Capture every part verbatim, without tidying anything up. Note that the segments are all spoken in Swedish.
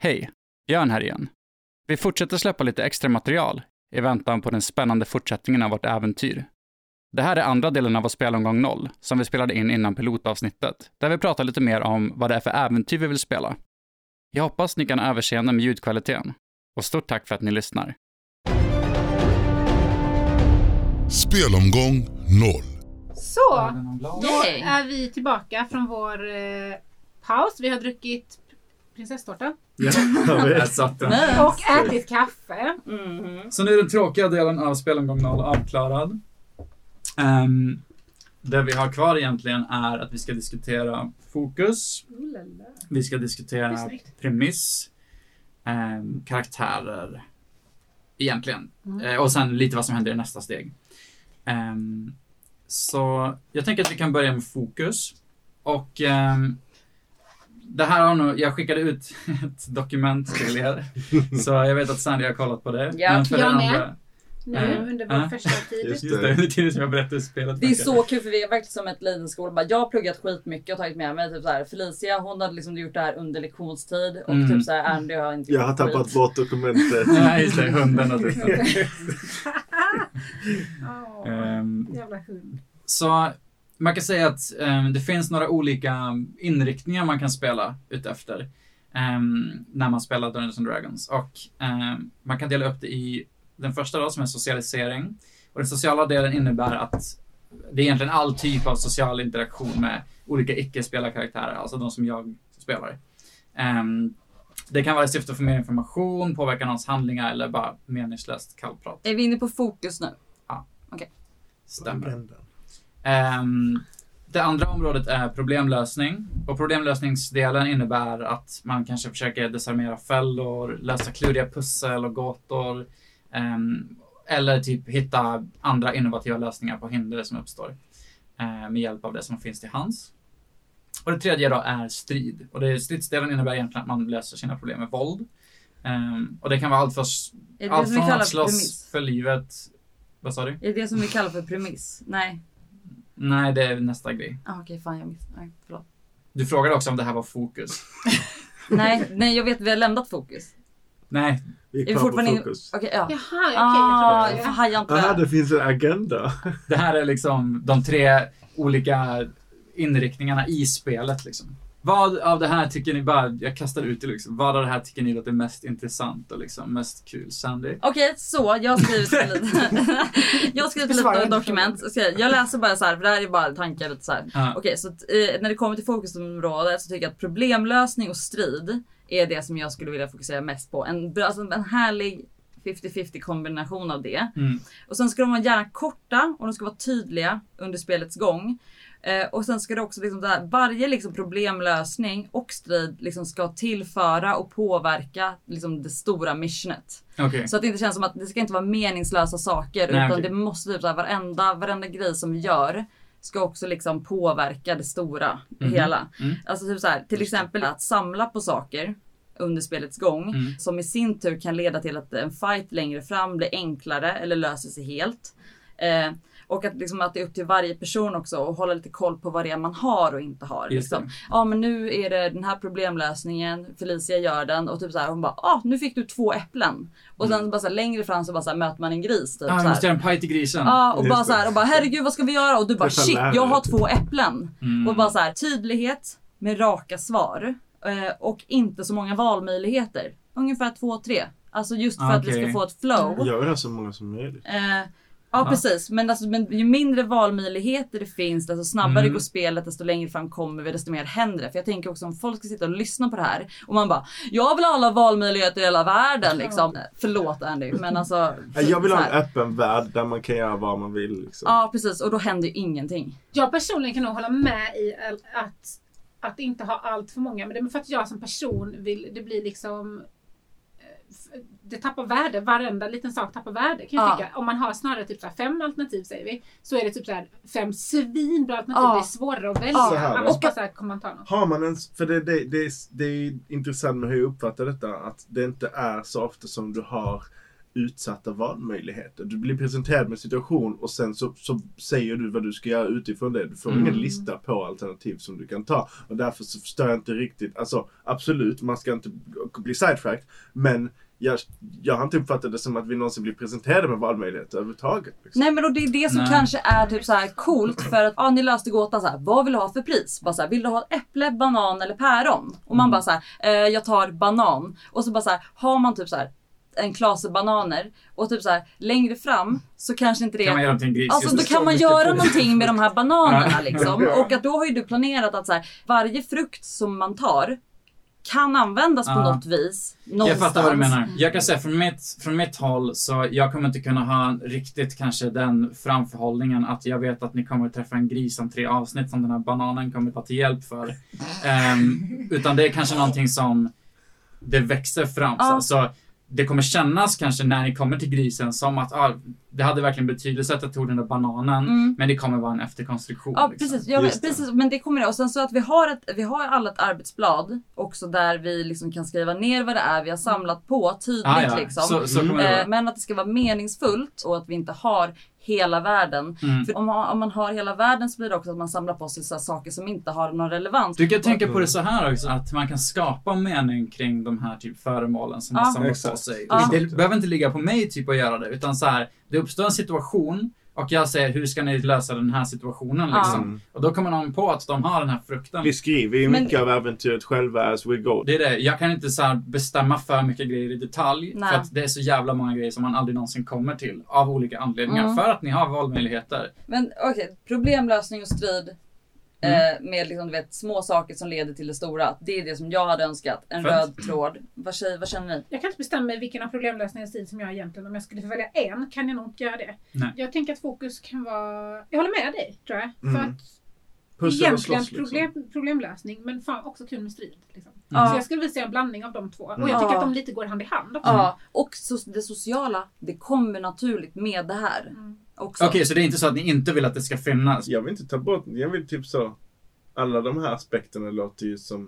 Hej, Jörn här igen. Vi fortsätter släppa lite extra material i väntan på den spännande fortsättningen av vårt äventyr. Det här är andra delen av vår spelomgång noll som vi spelade in innan pilotavsnittet, där vi pratar lite mer om vad det är för äventyr vi vill spela. Jag hoppas ni kan överseende med ljudkvaliteten. Och stort tack för att ni lyssnar. Spelomgång noll. Så, då är vi tillbaka från vår eh, paus. Vi har druckit prinsesstårta. Ja, jag satt den. Och ätit kaffe. Mm-hmm. Så nu är den tråkiga delen av spelomgång noll avklarad. Um, det vi har kvar egentligen är att vi ska diskutera fokus. Vi ska diskutera premiss. Um, karaktärer. Egentligen. Mm. Uh, och sen lite vad som händer i nästa steg. Um, så jag tänker att vi kan börja med fokus. Och um, det här har nog, jag skickade ut ett dokument till er. Så jag vet att Sandy har kollat på det. Ja, men för jag med. Andra, nu äh, under vår äh, första tid. Just det, under tiden som jag berättade spelet. Det är så kul för vi är verkligen som ett liten skola. Jag har pluggat skitmycket och tagit med mig typ så här, Felicia, hon hade liksom gjort det här under lektionstid. Och mm. typ så här, Andy har inte Jag har tappat skit. bort dokumentet. Nej, just det, hunden och typ. oh, um, jävla hund. Så man kan säga att um, det finns några olika inriktningar man kan spela utefter um, när man spelar Dungeons and Dragons. Och um, man kan dela upp det i den första då, som är socialisering. Och den sociala delen innebär att det är egentligen all typ av social interaktion med olika icke-spelarkaraktärer, alltså de som jag spelar. Um, det kan vara i syfte att få mer information, påverka någons handlingar eller bara meningslöst kallprat. Är vi inne på fokus nu? Ja. Okej. Okay. Stämmer. Um, det andra området är problemlösning. Och problemlösningsdelen innebär att man kanske försöker desarmera fällor, lösa kluriga pussel och gåtor. Um, eller typ hitta andra innovativa lösningar på hinder som uppstår uh, med hjälp av det som finns till hands. Och det tredje då är strid. Och det, stridsdelen innebär egentligen att man löser sina problem med våld. Um, och det kan vara allt, för, allt från att slåss premiss? för livet. Vad sa du? Är det det som vi kallar för premiss? Nej. Nej, det är nästa grej. Ah, Okej, okay, fan jag missade. Nej, förlåt. Du frågade också om det här var fokus. nej, nej, jag vet vi har lämnat fokus. Nej. Vi är, är kvar på fokus. Okej, okay, ja. Jaha, okej. Ah, okay, jag, jag Aha, det finns en agenda. Det här är liksom de tre olika inriktningarna i spelet liksom. Vad av det här tycker ni bara, jag kastar ut det liksom, vad av det här tycker ni låter mest intressant och liksom mest kul, Sandy? Okej, okay, så jag har skrivit lite jag har skrivit lite dokument. Jag läser bara så här, för det här är bara tankar lite så här. Ah. Okej, okay, så eh, när det kommer till fokusområdet så tycker jag att problemlösning och strid är det som jag skulle vilja fokusera mest på. En, alltså en härlig fifty-fifty kombination av det. Mm. Och sen ska de vara gärna korta och de ska vara tydliga under spelets gång. Eh, och sen ska det också liksom där, varje liksom problemlösning och strid liksom ska tillföra och påverka liksom det stora missionet. Okay. Så att det inte känns som att det ska inte vara meningslösa saker. Nej, utan okay. det måste typ så här, varenda, varenda grej som vi gör ska också liksom påverka det stora, det mm-hmm. hela. Mm. Alltså typ så här, till exempel att samla på saker under spelets gång mm. som i sin tur kan leda till att en fight längre fram blir enklare eller löser sig helt. Eh, och att, liksom, att det är upp till varje person också att hålla lite koll på vad det är man har och inte har. Liksom. Ja, men nu är det den här problemlösningen, Felicia gör den och typ så här, hon bara, ah, nu fick du två äpplen. Och sen mm. bara så här, längre fram så bara så här, möter man en gris typ, ah, så måste göra en paj till grisen. Ja, och bara så här, och bara herregud vad ska vi göra? Och du bara shit, jag har två äpplen. Mm. Och bara så här, tydlighet med raka svar eh, och inte så många valmöjligheter. Ungefär två, tre. Alltså just för ah, okay. att vi ska få ett flow. Gör det så många som möjligt. Eh, Ja, ja, precis. Men, alltså, men ju mindre valmöjligheter det finns, desto snabbare mm. går spelet, desto längre fram kommer vi, desto mer händer det. För jag tänker också om folk ska sitta och lyssna på det här och man bara, jag vill ha alla valmöjligheter i hela världen liksom. Ja. Förlåt Andy, men alltså... Jag vill ha en öppen värld där man kan göra vad man vill liksom. Ja, precis. Och då händer ju ingenting. Jag personligen kan nog hålla med i att, att inte ha allt för många. Men det är för att jag som person vill, det blir liksom... det tappar värde, varenda liten sak tappar värde kan jag ja. tycka. Om man har snarare typ så här fem alternativ säger vi, så är det typ så här fem svinbra alternativ, ja. det är svårare att välja. Ja. Man måste bara så här kommentera. Har man en, för det, det, det, är, det är intressant med hur jag uppfattar detta, att det inte är så ofta som du har utsatta valmöjligheter. Du blir presenterad med en situation och sen så, så säger du vad du ska göra utifrån det. Du får mm. ingen lista på alternativ som du kan ta. Och därför så förstår jag inte riktigt, alltså absolut, man ska inte bli sidetracked, men Jag, jag har inte uppfattat det som att vi någonsin blir presenterade med valmöjligheter överhuvudtaget. Liksom. Nej, men och det är det som Nej. kanske är typ så här coolt för att ja, ni löste gåtan så här. Vad vill du ha för pris? Bara så här, vill du ha äpple, banan eller päron? Och man mm. bara så här, eh, jag tar banan. Och så bara så här, har man typ så här en klase bananer och typ så här längre fram så kanske inte det kan man göra någonting gris. Alltså då kan man göra någonting med de här bananerna liksom. Och att då har ju du planerat att så här, varje frukt som man tar kan användas på ja. något vis. Någonstans. Jag fattar vad du menar. Jag kan säga från mitt, från mitt håll så jag kommer inte kunna ha riktigt kanske den framförhållningen att jag vet att ni kommer att träffa en gris om tre avsnitt som den här bananen kommer att vara till hjälp för. Um, utan det är kanske någonting som det växer fram. Ja. Så, så det kommer kännas kanske när ni kommer till grisen som att ah, det hade verkligen betydelse att jag tog den där bananen mm. men det kommer vara en efterkonstruktion. Ja, liksom. precis. Ja, precis. Men det kommer det. Och sen så att vi har, ett, vi har alla ett arbetsblad också där vi liksom kan skriva ner vad det är vi har samlat på tydligt ah, ja. liksom. Så, så kommer det vara. Men att det ska vara meningsfullt och att vi inte har hela världen. Mm. För om man, om man har hela världen så blir det också att man samlar på sig så saker som inte har någon relevans. Du kan tänka på det så här också, att man kan skapa mening kring de här typ föremålen som man ja. samlar på sig. Ja. Det behöver inte ligga på mig typ att göra det, utan så här, det uppstår en situation och jag säger, hur ska ni lösa den här situationen liksom? Mm. Och då kommer någon på att de har den här frukten. Vi skriver ju mycket Men, av äventyret själva as we go. Det är det. Jag kan inte så här bestämma för mycket grejer i detalj. Nej. För att det är så jävla många grejer som man aldrig någonsin kommer till. Av olika anledningar. Mm. För att ni har valmöjligheter. Men okej, okay. Problemlösning och strid. Mm. Eh, med liksom, du vet, små saker som leder till det stora. Det är det som jag hade önskat. En Fett. röd tråd. Vad, säger, vad känner ni? Jag kan inte bestämma mig vilken av problemlösningens stil som jag egentligen. Om jag skulle få välja en kan jag nog inte göra det. Nej. Jag tänker att fokus kan vara... Jag håller med dig, tror jag. Mm. För att Pussel egentligen slåss, problem, liksom. problemlösning. Men fan också kul med strid. Liksom. Mm. Så jag skulle vilja säga en blandning av de två. Och jag tycker ja. att de lite går hand i hand också. Ja. Och så det sociala, det kommer naturligt med det här. Mm. Okej, okay, så det är inte så att ni inte vill att det ska finnas? Jag vill inte ta bort, jag vill typ så, alla de här aspekterna låter ju som,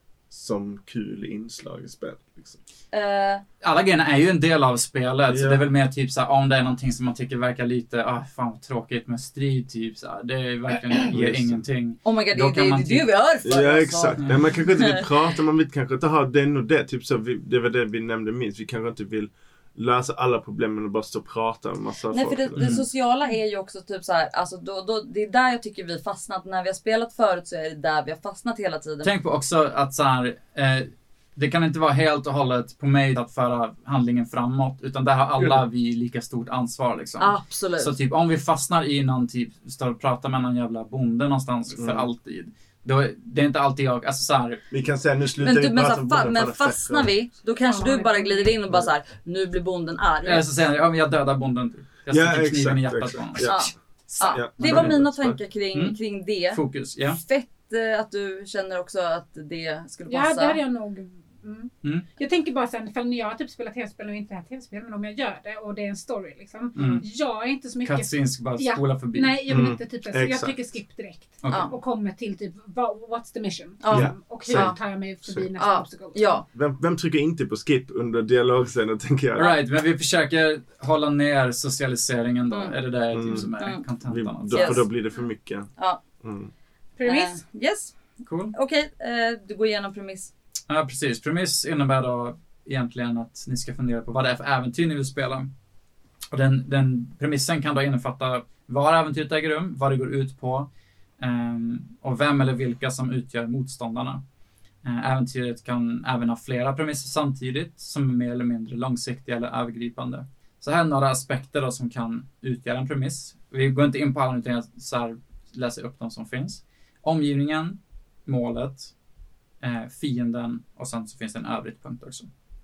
som kul inslag i spelet. Liksom. Uh, alla grejerna är ju en del av spelet, yeah. så det är väl mer typ så här, om det är någonting som man tycker verkar lite, ah fan vad tråkigt med strid typ så här, det är verkligen ger uh, ingenting. Oh my god, det, det, det, typ... det vi hör för. Ja, exakt. Mm. Man kanske inte vill prata, man vill kanske inte ha den och det, typ så, vi, det var det vi nämnde minst, vi kanske inte vill lösa alla problemen och bara stå och prata med massa Nej, folk. för det, det sociala är ju också typ så här, alltså då, då, det är där jag tycker vi fastnat. När vi har spelat förut så är det där vi har fastnat hela tiden. Tänk på också att så här, eh, det kan inte vara helt och hållet på mig att föra handlingen framåt, utan där har alla vi lika stort ansvar liksom. Absolut. Så typ om vi fastnar i någon typ, står och pratar med någon jävla bonde någonstans mm. för alltid. Då, det är inte alltid jag, alltså så här, vi kan säga nu slutar men, vi men, prata om fa- men fastnar vi, då kanske ja, du bara glider in och bara så här, nu blir bonden arg. Eller så säger jag, ja men jag dödar bonden typ. Jag sticker ja, kniven exakt, i hjärtat på honom. Ja. Ja. Ja. Det var mina tankar kring, mm. kring det. Fokus, ja. Fett att du känner också att det skulle passa. Ja, där är jag nog... Mm. Mm. Jag tänker bara sen, för när jag har typ spelat tv-spel och inte det här tv-spel, men om jag gör det och det är en story liksom. Mm. Jag är inte så mycket... Cutscenes ska bara spola ja. förbi. Nej, jag vill mm. inte typ så. Jag trycker skip direkt. Okay. Och kommer till typ, what's the mission? Ja. Um, och hur så. tar jag mig förbi så. nästa ja. obstacle? Ja. Vem, vem trycker inte på skip under dialogscenen, tänker jag? Right, men vi försöker hålla ner socialiseringen då. Mm. Är det där mm. typ som är mm. kontentan? Alltså. Yes. För då blir det för mycket. Ja. Mm. Premiss? Uh, yes. Cool. Okej, okay, uh, du går igenom premiss. Ja, precis. Premiss innebär då egentligen att ni ska fundera på vad det är för äventyr ni vill spela. Och den, den premissen kan då innefatta var äventyret äger rum, vad det går ut på um, och vem eller vilka som utgör motståndarna. Uh, äventyret kan även ha flera premisser samtidigt som är mer eller mindre långsiktiga eller övergripande. Så här är några aspekter då som kan utgöra en premiss. Vi går inte in på alla utan jag så här läser upp de som finns. Omgivningen, målet, eh, fienden och sen så finns det en övrigt punkt också.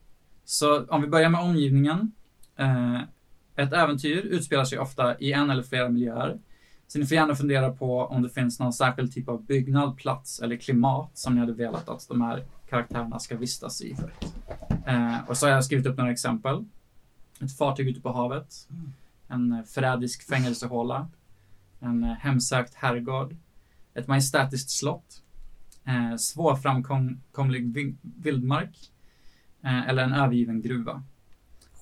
Så om vi börjar med omgivningen. Eh, ett äventyr utspelar sig ofta i en eller flera miljöer. Så ni får gärna fundera på om det finns någon särskild typ av byggnad, plats eller klimat som ni hade velat att de här karaktärerna ska vistas i. Eh, och så har jag skrivit upp några exempel. Ett fartyg ute på havet. En förrädisk fängelsehåla. En hemsökt herrgård. Ett majestätiskt slott. Eh, svårframkomlig vildmark. Eh, eller en övergiven gruva.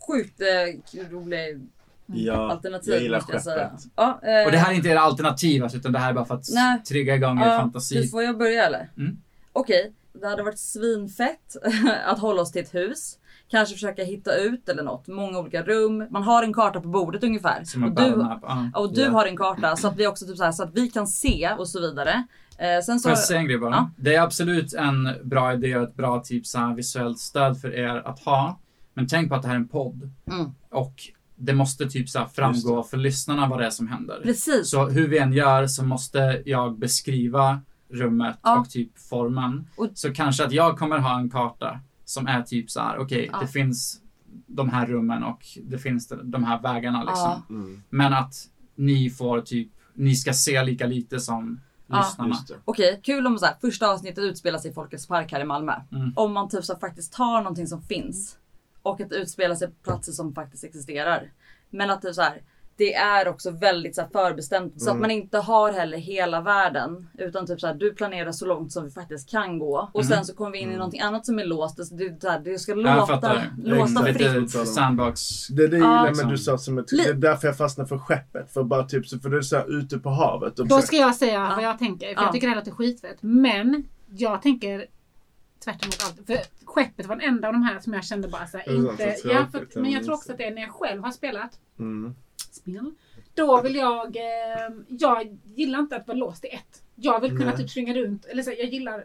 sjukt eh, rolig ja, alternativ. Jag gillar måste jag säga. skeppet. Ja, eh, Och det här är inte era alternativ, utan det här är bara för att nej. trigga igång er ja, fantasi. Får jag börja eller? Mm. Okej, det hade varit svinfett att hålla oss till ett hus. Kanske försöka hitta ut eller något. Många olika rum. Man har en karta på bordet ungefär. Som en och du, map. Uh. och du yeah. har en karta så att vi också typ så här, så att vi kan se och så vidare. Eh, sen så, Får jag säga en grej bara? Ja. Det är absolut en bra idé och ett bra typ så här visuellt stöd för er att ha. Men tänk på att det här är en podd. Mm. Och det måste typ så här framgå för lyssnarna vad det är som händer. Precis. Så hur vi än gör så måste jag beskriva rummet Ja. och typ formen. Och- Så kanske att jag kommer ha en karta som är typ så här: okej, okay, Ja. det finns de här rummen och det finns de här vägarna liksom. Ja. Mm. Men att ni får typ, ni ska se lika lite som Ja. lyssnarna. Just det. Okej, kul om så här, första avsnittet utspelar sig i Folkets park här i Malmö. Mm. Om man typ så här, faktiskt tar någonting som finns och att det utspelar sig på platser som faktiskt existerar. Men att det så här, det är också väldigt så här, förbestämt så Mm. att man inte har heller hela världen utan typ så här, du planerar så långt som vi faktiskt kan gå och Mm. sen så kommer vi in i Mm. någonting annat som är låst. Det, det, det, det ska Jag låta, fattar. låta Exakt. fritt. Lite sandbox. Det är det jag Ja, gillar liksom. men du sa som ett, Li- det är därför jag fastnar för skeppet. För bara typ så, för det är så här ute på havet. Och Då så, ska jag säga Ja. vad jag tänker. För Ja. jag tycker det här låter skitfett. Men jag tänker tvärt emot allt. För skeppet var den enda av de här som jag kände bara så här, Det är sant, inte... så Ja, tråkigt, för, men jag ja, tror just också att det är när jag själv har spelat mm. spel. Då vill jag... Eh, jag gillar inte att vara låst i ett. Jag vill kunna Nej. typ springa runt. Eller så, här, jag gillar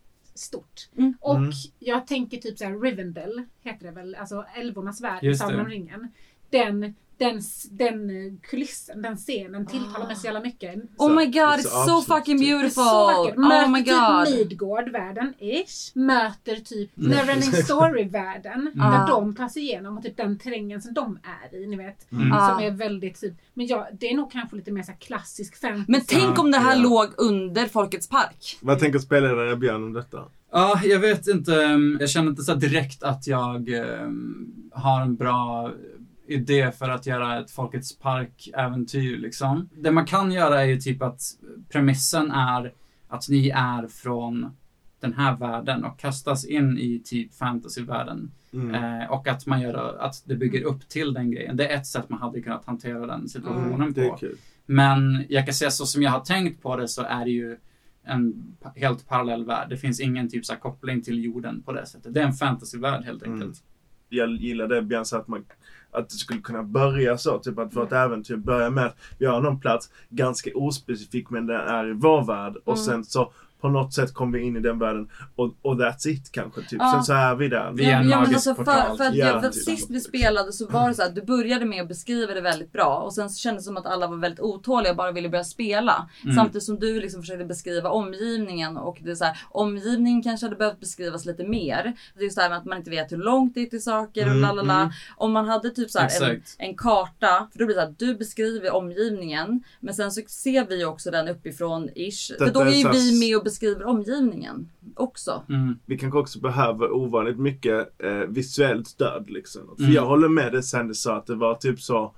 stort. Mm. Och Mm. jag tänker typ så här Rivendell heter det väl. Alltså Älvornas värld i Just Sagan det. om ringen. Den... Den, den kulissen, den scenen tilltalar mig så jävla mycket. Oh my god, Det är it's så so absolut fucking typ. Det är beautiful! så vackert. Oh my Möter god! typ Midgård-världen ish. Möter typ Mm. Neverending Story-världen. Mm. Där de tar sig igenom och typ den terrängen som de är i. Ni vet. Mm. Ah. Som är väldigt typ. Men ja, det är nog kanske lite mer så här klassisk fantasy. Men tänk om det här Ja. låg under Folkets park. Vad tänker spelledaren Björn om detta? Ja, jag vet inte. Jag känner inte så direkt att jag um, har en bra idé för att göra ett Folkets park-äventyr liksom. Det man kan göra är ju typ att premissen är att ni är från den här världen och kastas in i typ fantasyvärlden. Mm. Eh, och att man gör att det bygger upp till den grejen. Det är ett sätt man hade kunnat hantera den situationen Mm, det är på. kul. Men jag kan säga så som jag har tänkt på det så är det ju en pa- helt parallell värld. Det finns ingen typ så här koppling till jorden på det sättet. Det är en fantasyvärld helt enkelt. Mm. Jag gillar det Björn sa att man att det skulle kunna börja så, typ att få ett äventyr börja med att vi har någon plats ganska ospecifik men den är i vår värld och Mm. sen så på något sätt kommer vi in i den världen och, och that's it kanske typ. Ja. Sen så är vi där. Vi är en ja, men magisk alltså för, portal. för att, Ja, jag, för att typ. sist vi spelade så var det så att du började med att beskriva det väldigt bra och sen så kändes det som att alla var väldigt otåliga och bara ville börja spela. Mm. Samtidigt som du liksom försökte beskriva omgivningen och det är så här, omgivningen kanske hade behövt beskrivas lite mer. Det är så här med att man inte vet hur långt det är till saker och Mm, lalala. mm. Om man hade typ så här en, Exakt. en karta, för då blir det så här, du beskriver omgivningen men sen så ser vi också den uppifrån ish. För Det- då det är är ju så här- vi med och beskriver omgivningen också. Mm. Vi kanske också behöver ovanligt mycket eh, visuellt stöd liksom. För Mm. jag håller med det sen du sa att det var typ så.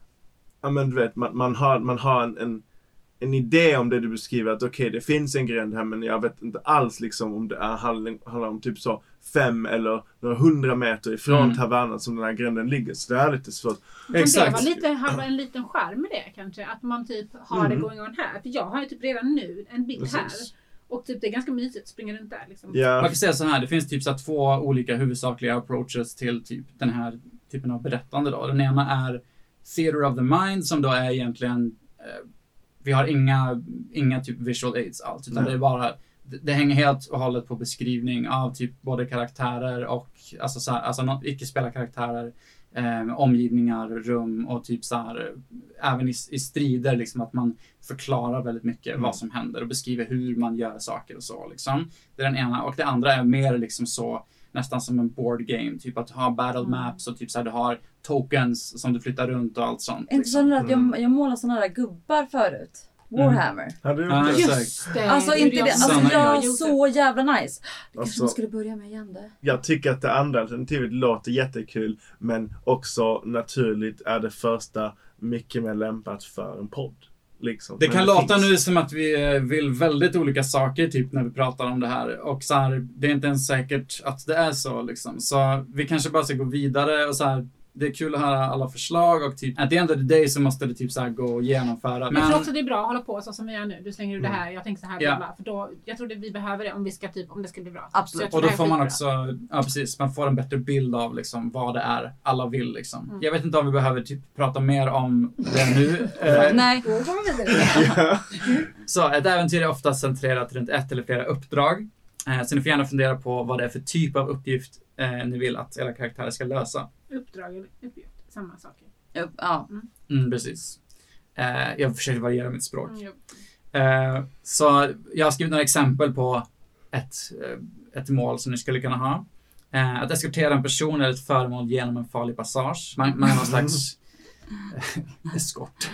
Ja men du vet man, man har, man har en, en, en idé om det du beskriver att okej okay, det finns en gränd här men jag vet inte alls liksom om det är handling, handlar om typ så fem eller några hundra meter ifrån Mm. tavernan som den här gränden ligger. Så det är lite svårt. Men det Exakt. var lite, har en liten charm med det kanske. Att man typ har det Mm. going on här. För jag har ju typ redan nu en bild här. Precis. Och typ det är ganska mysigt att springa runt där liksom. Man Ja. kan säga så här, det finns typ så här två olika huvudsakliga approaches till typ den här typen av berättande då. Den ena är Theater of the Mind som då är egentligen eh, vi har inga, inga typ visual aids alls utan Nej. det är bara det, det hänger helt och hållet på beskrivning av typ både karaktärer och alltså, så här, alltså no- icke-spelarkaraktärer eh, omgivningar, rum och typ så här även i, i strider liksom att man förklarar väldigt mycket Mm. vad som händer och beskriver hur man gör saker och så liksom. Det är den ena och det andra är mer liksom så nästan som en board game typ att ha battle Mm. maps och typ så här du har tokens som du flyttar runt och allt sånt. Inte Liksom. så att jag, Mm. jag målade såna där gubbar förut. Warhammer. Hade du gjort Ja, det? exakt. Just det. Alltså det inte gjorde det. jag Alltså Såna jag gjorde. så jävla nice. Det kanske Alltså- man skulle börja med igen det. Jag tycker att det andra alternativet låter jättekul men också naturligt är det första mycket mer lämpat för en podd. Liksom. Det Men kan låta finns. nu som att vi eh, vill väldigt olika saker typ när vi pratar om det här och så här, det är inte ens säkert att det är så liksom. Så vi kanske bara ska gå vidare och så här det är kul att höra alla förslag och typ, at the end of the day så måste det typ så här gå och genomföra. Men jag tror också det är bra att hålla på så som vi gör nu. Du slänger ur mm. det här, jag tänker så här. Ja. Bla, för då, jag tror att vi behöver det om, vi ska, typ, om det ska bli bra. Absolut. Och då får man också, ja precis, man får en bättre bild av liksom, vad det är alla vill. Liksom. Mm. Jag vet inte om vi behöver typ prata mer om det nu. eh, Nej. Så ett äventyr är ofta centrerat runt ett eller flera uppdrag. Eh, så ni får gärna fundera på vad det är för typ av uppgift eh, ni vill att era karaktärer ska lösa. Uppdrag eller uppgift, samma saker. Upp, ja. Mm. Mm, precis. Eh, jag försöker variera mitt språk. Mm, eh, så jag har skrivit några exempel på ett, ett mål som ni skulle kunna ha. Eh, att eskortera en person eller ett föremål genom en farlig passage. Man, man har någon slags eskort.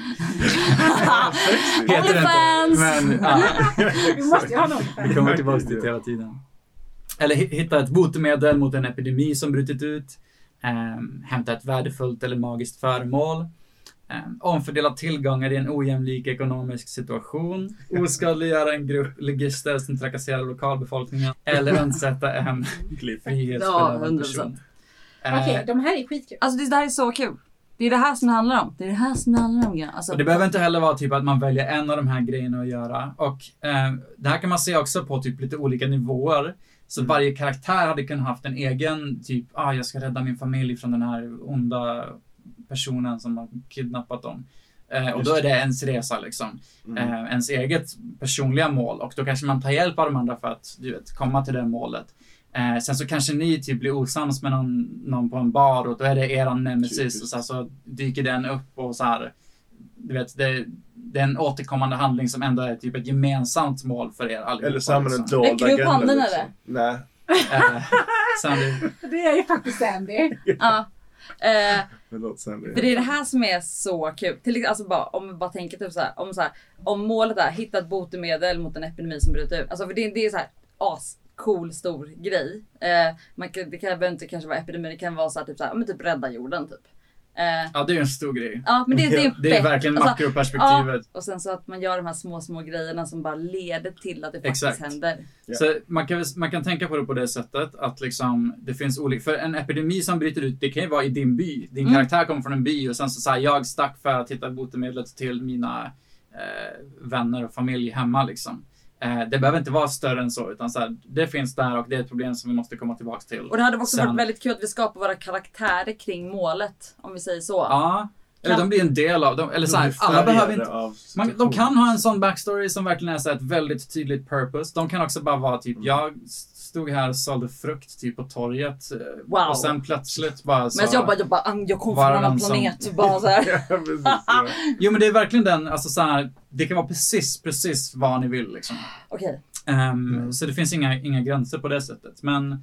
Heter det inte. Men, ja. Vi måste ju ha någon. Vi kommer tillbaka till hela tiden. Eller hitta ett botemedel mot en epidemi som brutit ut. Um, hämta ett värdefullt eller magiskt föremål. Um, omfördela tillgångar i en ojämlik ekonomisk situation. Oskadliggöra en grupp ligister som trakasserar lokalbefolkningen. Eller undsätta en frihetsberövad person. Okej, okay, de här är skitkul. Alltså det här är så kul. Det är det här som det handlar om. Det är det här som det handlar om. Alltså, och det behöver inte heller vara typ att man väljer en av de här grejerna att göra. Och eh, det här kan man se också på typ lite olika nivåer. Så mm. varje karaktär hade kunnat haft en egen typ, ah jag ska rädda min familj från den här onda personen som har kidnappat dem. Eh, och då är det ens resa liksom. Mm. Eh, ens eget personliga mål. Och då kanske man tar hjälp av de andra för att du vet, komma till det målet. Eh, sen så kanske ni typ blir osams med någon, någon på en bar och då är det eran nemesis och så, här, så dyker den upp och så här, du vet, det, det är en återkommande handling som ändå är typ ett gemensamt mål för er allihopa. Eller samma liksom. en dolda agenda. Räcker du upp handen liksom. eller? Nej. Eh, Sandy. Det är ju faktiskt Sandy. Ja. Eh, Förlåt, Sandy. För det är det här som är så kul. Till, alltså bara, om vi bara tänker typ så här, om, så här, om målet är hitta ett botemedel mot en epidemi som bryter ut. Alltså för det, det är så här as cool stor grej. Eh, man kan, det kan behöver inte kanske vara epidemi, det kan vara så här, typ så här, men typ rädda jorden typ. Eh, ja, det är ju en stor grej. Ja, men det, det är det är verkligen alltså, makroperspektivet. Ja, och sen så att man gör de här små små grejerna som bara leder till att det faktiskt Exakt. händer. Yeah. Så man kan, man kan tänka på det på det sättet att liksom det finns olika, för en epidemi som bryter ut, det kan ju vara i din by. Din mm. karaktär kommer från en by och sen så säger jag stack för att hitta botemedlet till mina eh, vänner och familj hemma liksom. Eh, det behöver inte vara större än så, utan så här, det finns där och det är ett problem som vi måste komma tillbaka till. Och det hade också sen, varit väldigt kul att vi skapar våra karaktärer kring målet, om vi säger så. Ja, eller kan, de blir en del av dem. Eller så här, alla behöver inte, man, de kan ha en sån backstory som verkligen är så ett väldigt tydligt purpose. De kan också bara vara typ, jag stod här och sålde frukt typ på torget. Wow. Och sen plötsligt bara så. Men jag bara, jag, bara, jag kom från en annan planet som, bara så här. Ja, precis, ja. Jo, men det är verkligen den, alltså så här, det kan vara precis, precis vad ni vill liksom. Okej. Okay. Um, mm. Så det finns inga, inga gränser på det sättet. Men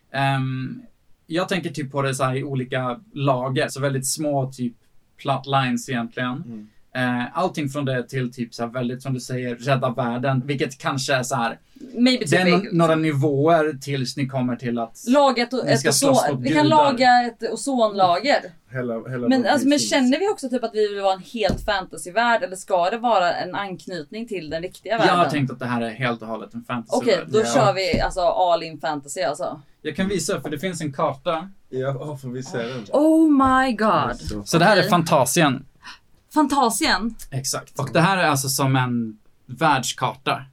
um, jag tänker typ på det så här i olika lager. Så väldigt små typ plotlines egentligen. Mm. Uh, allting från det till typ så här väldigt, som du säger, rädda världen. Vilket kanske är så här. Maybe det är no- några nivåer tills ni kommer till att laga ett, ett ska ozon, vi kan laga ett ozonlager. Hela, hela men, alltså, men känner vi också typ att vi vill vara en helt fantasyvärld, eller ska det vara en anknytning till den riktiga världen? Jag har tänkt att det här är helt och hållet en fantasyvärld. Okej, okay, då ja. kör vi alltså all in fantasy alltså. Jag kan visa, för det finns en karta. Ja, oh, får vi se den. Oh my god. Så, så det här är Fantasien. Fantasien? Exakt. Och det här är alltså som en världskarta.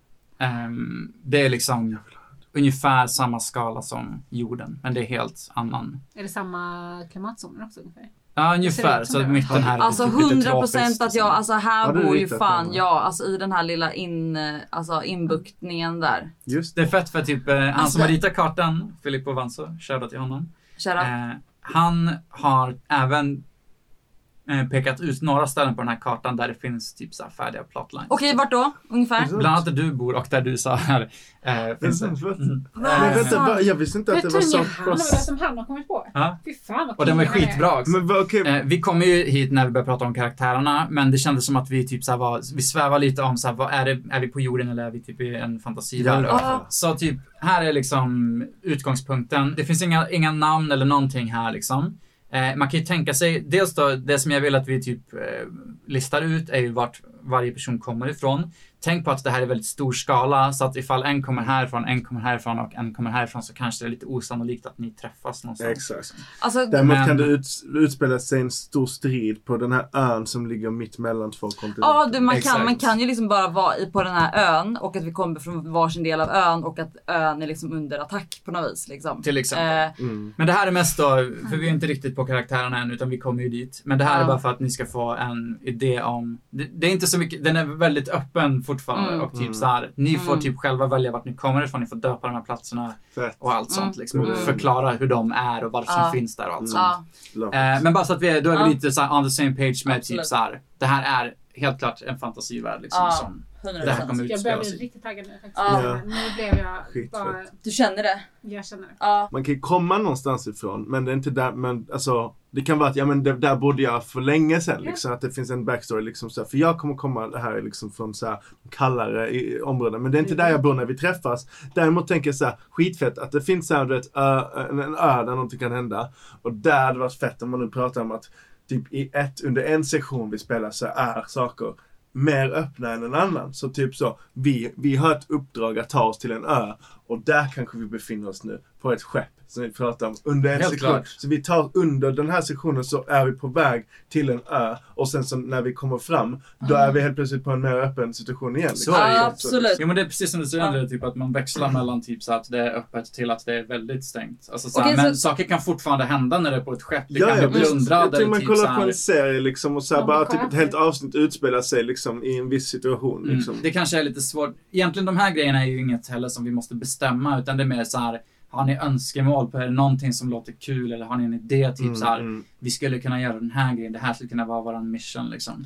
Um, det är liksom ungefär samma skala som jorden, men det är helt annan. Är det samma klimatzoner också ungefär? Ja, ungefär. Så mitten här är alltså lite, hundra lite procent att jag, alltså här ja, bor ju fan jag, alltså i den här lilla in, alltså inbuktningen där. Just det är fett för typ, eh, han alltså, som har ritat kartan, Filippo Vanso, shoutout till honom. Eh, han har även pekat ut några ställen på den här kartan där det finns typ så här färdiga plotlines. Okej, okay, vart då? Ungefär? Bland annat där du bor och där du sa här. Eh, finns det. Mm. Men vänta, jag visste inte att det var så cross. Det som han har kommit på. Ja. Fy fan vad och den var skitbra. Men, okay. eh, vi kommer ju hit när vi börjar prata om karaktärerna, men det kändes som att vi typ så här var, vi svävar lite om så här, vad är det, är vi på jorden eller är vi typ i en fantasivärld? Ja. Så typ här är liksom utgångspunkten. Det finns inga inga namn eller någonting här liksom. Eh, man kan ju tänka sig, dels då, det som jag vill att vi typ eh, listar ut är ju vart varje person kommer ifrån. tänk på att det här är väldigt stor skala, så att ifall en kommer härifrån, en kommer härifrån och en kommer härifrån, så kanske det är lite osannolikt att ni träffas någonstans. Exakt. Alltså, Däremot men... kan det ut, utspela sig en stor strid på den här ön som ligger mitt mellan två kontinenter. Ja, du, man, Exakt. kan, man kan ju liksom bara vara i, på den här ön och att vi kommer från varsin del av ön och att ön är liksom under attack på något vis. Liksom. Till exempel. Eh, Mm. Men det här är mest då, för vi är inte riktigt på karaktärerna än, utan vi kommer ju dit. Men det här Ja. är bara för att ni ska få en idé om, det, det är inte så mycket, den är väldigt öppen fortfarande Mm. och typ Mm. så här, ni får Mm. typ själva välja vart ni kommer ifrån, ni får döpa de här platserna Fett. och allt sånt Mm. liksom. Och Mm. förklara hur de är och vad som Ja. finns där och allt Mm. sånt. ja. Love Eh, it. men bara så att vi är, då är vi Ja. lite så här on the same page med Absolut. typ så här, det här är helt klart en fantasivärld liksom, Ja. som hundra det här procent. kommer Jag börjar utspela bli sig. riktigt taggad nu faktiskt. Ja. Ja. Nu blev jag Skitfett. bara... Du känner det? Jag känner det. Ja. Man kan ju komma någonstans ifrån, men det är inte där, men alltså det kan vara att, ja men det, där bodde jag för länge sedan, liksom, att det finns en backstory liksom så här, för jag kommer komma det här liksom från så här kallare i, områden, men det är inte där jag bor när vi träffas. Däremot tänker jag så här, skitfett att det finns så här, du vet, ö, en, en ö där någonting kan hända, och där hade det varit fett om man nu pratar om att typ i ett, under en sektion vi spelar så är saker mer öppna än en annan. Så typ så, vi, vi har ett uppdrag att ta oss till en ö, och där kanske vi befinner oss nu på ett skepp som vi pratar om under en Helt sektion. klart. Så vi tar under den här sektionen, så är vi på väg till en ö, och sen så när vi kommer fram, då är vi helt plötsligt på en mer öppen situation igen. Så liksom. är det ju. Absolut. Jo, men det är precis som du säger, Ja. André, typ att man växlar mellan typ så att det är öppet till att det är väldigt stängt. Alltså, så Okej, här, men så- saker kan fortfarande hända när det är på ett skepp. Det Ja, kan ja, bli visst. plundrad Jag tror eller man typ så kollar på här. en serie liksom, och så här, Ja, bara men typ ett skönt. helt avsnitt utspelar sig liksom i en viss situation. Mm, Liksom. det kanske är lite svårt. Egentligen de här grejerna är ju inget heller som vi måste bestämma, utan det är mer så här, har ni önskemål på, är det någonting som låter kul, eller har ni en idé typ Mm, så här, mm. vi skulle kunna göra den här grejen, det här skulle kunna vara våran mission liksom.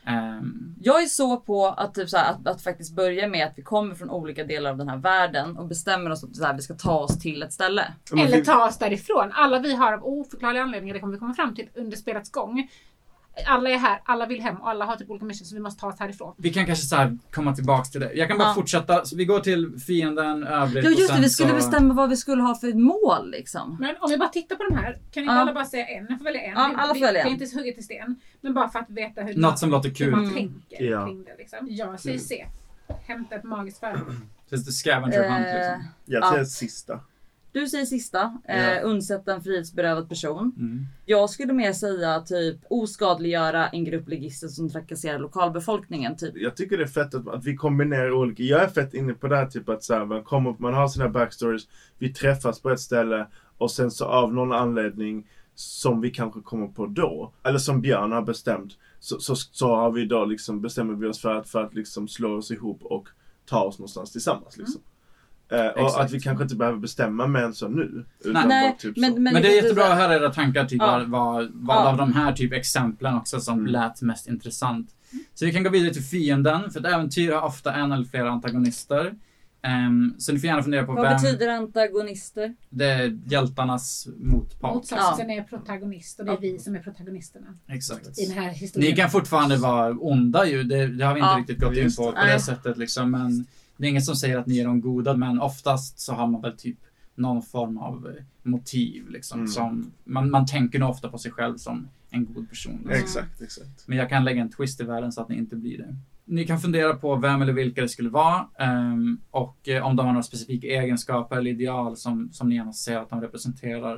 Ehm, Jag är så på att, typ så här, att, att faktiskt börja med att vi kommer från olika delar av den här världen och bestämmer oss att så här, vi ska ta oss till ett ställe. Men Eller vi- ta oss därifrån. Alla vi har av oförklarliga anledningar, det kommer vi komma fram till under spelets gång. Alla är här, alla vill hem och alla har typ olika missions, så vi måste ta oss härifrån. vi kan kanske så här komma tillbaks till det. Jag kan bara Ja. fortsätta, så vi går till fienden, övrigt Ja och just det, sen vi skulle så... bestämma vad vi skulle ha för mål liksom. Men om vi bara tittar på de här, kan inte Ja. alla bara säga en? Jag får välja en. Ja, Det- alla det- får välja Det är en. inte hugget i sten. Men bara för att veta hur, Något som låter hur kul. man Mm. tänker Ja. kring det. Liksom. Jag säger C. Hämta ett magiskt föremål. Finns det scavenger hunt Eh, liksom? Jag Ja. säger sista. Du säger sista, Ja. eh, undsätta en frihetsberövad person. Mm. Jag skulle mer säga typ oskadliggöra en grupp ligister som trakasserar lokalbefolkningen. Typ. Jag tycker det är fett att, att vi kombinerar olika. Jag är fett inne på det här typ att så här, man, kommer, man har sina backstories, vi träffas på ett ställe och sen så av någon anledning som vi kanske kommer på då, eller som Björn har bestämt, så, så, så har vi då liksom, bestämmer vi oss för att, för att liksom slå oss ihop och ta oss någonstans tillsammans liksom. Eh, och Exakt. att vi kanske inte behöver bestämma mer än så nu. Utan Nej, bara typ så. men, men, Men det är liksom jättebra så att här- höra era tankar, typ Ja. vad, vad, vad Ja. av de här typ exemplen också som Mm. lät mest intressant. Så vi kan gå vidare till fienden, för ett äventyr har ofta en eller flera antagonister. Ehm, så ni får gärna fundera på Vad vem betyder antagonister? det är hjältarnas motpart. Motsatsen är protagonist och det är vi som är protagonisterna Exakt. i den här historien. Ni kan fortfarande vara onda ju, det, det har vi inte Ja, riktigt gått in just på det. på det Nej. sättet liksom, men det är inget som säger att ni är de goda, men oftast så har man väl typ någon form av eh, motiv liksom, Mm. som man, man tänker nog ofta på sig själv som en god person liksom. Exakt, exakt. Men jag kan lägga en twist i världen så att ni inte blir det. Ni kan fundera på vem eller vilka det skulle vara ehm, och eh, om de har några specifika egenskaper eller ideal som, som ni gärna ser att de representerar.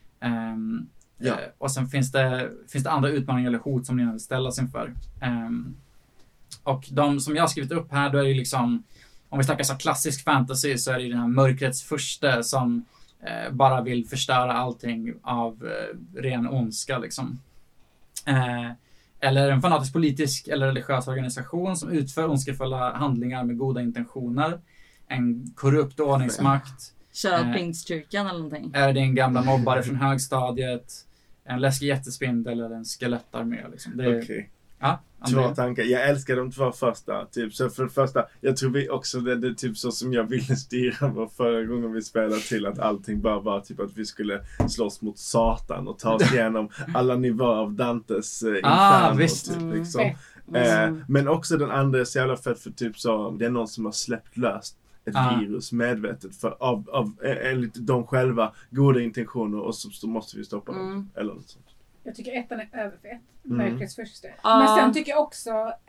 Ehm, Ja. eh, och sen finns det, finns det andra utmaningar eller hot som ni gärna vill ställas inför. Ehm, och de som jag har skrivit upp här, då är det liksom, om vi snackar så klassisk fantasy, så är det ju den här mörkrets furste som eh, bara vill förstöra allting av eh, ren ondska liksom. Eh, eller en fanatisk politisk eller religiös organisation som utför ondskefulla handlingar med goda intentioner. En korrupt ordningsmakt. Köra Eh. pingstkyrkan eller någonting. Är det en gamla mobbare från högstadiet? En läskig jättespindel eller en skelettarmé liksom. Det är, Okej. ja, Två Andrea. tankar. Jag älskar de två första. Typ. Så för det första, jag tror vi också det, det är typ så som jag ville styra vår förra gången vi spelade till, att allting bara var typ att vi skulle slåss mot Satan och ta oss igenom alla nivåer av Dantes eh, Ah, inferno. visst. Typ, Mm. liksom. Mm. Eh, men också den andra är så jävla fett för typ så, det är någon som har släppt löst ett Ah. virus medvetet för, av, av eh, enligt de själva goda intentioner, och så, så måste vi stoppa dem. Mm. Eller något sånt. Jag tycker ettan är överfett. Mm. Mörkrets furste. Ja. Men sen tycker jag också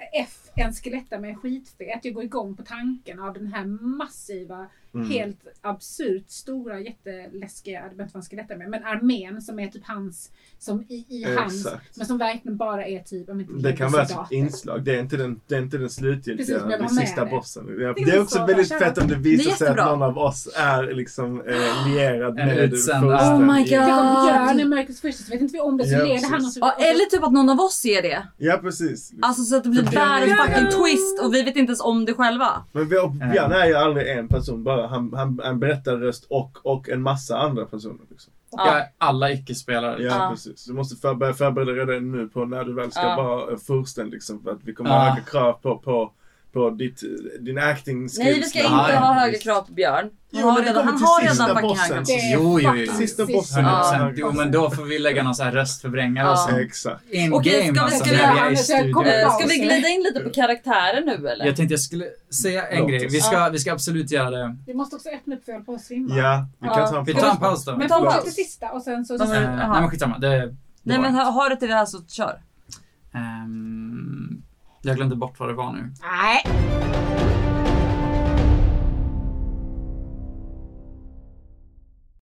F, en skelettarmé är skitfet. Jag går igång på tanken av den här massiva, mm. helt absurt stora, jätteläskiga, det behöver inte vara en skelettarmé, men armén som är typ hans, som i, i hans, men som verkligen bara är typ, om inte det kan vara ett inslag, det är inte den, det är inte den slutgiltiga, den sista bossen. Det är, det är också väldigt fett om det visar sig att någon av oss är liksom eh, lierad med Fursten. Oh my god. Björn är mörkrets första, så vet inte vi om det, så ja, leder han oss. Ja, eller typ att någon av oss ser det. Ja, precis. Alltså så att det blir världens fucking twist och vi vet inte ens om det själva. Men Björn är ju aldrig en person bara. Han, han en berättarröst och, och en massa andra personer liksom. Och ja. alla icke-spelare. Ja, ja, precis. Du måste för, börja förbereda redan nu på när du väl ska ja. vara fursten liksom. För att vi kommer ja. att öka krav på, på, på ditt, din acting skills. Nej, vi ska inte ha ja, högre krav på Björn. Han jo, har redan, han har redan fucking högre. Jo, jo, jo. Sista bossen. Ja. Jo, men då får vi lägga någon så här röstförbrängare. Ja. Och exakt. In Okej, game, ska, alltså, vi, ska, vi, ska, vi, äh, ska vi glida in lite på karaktären nu eller? Jag tänkte jag skulle säga en Låt grej. Vi ska, ja. vi ska absolut göra det. Vi måste också öppna upp för på att svimma. Ja, vi kan ta en, vi tar en paus då. Men ta en paus till sista och sen så... Äh, nej men skitsamma. Det, det nej men har du till det här så kör. Um, jag glömde bort vad det var nu. Nej.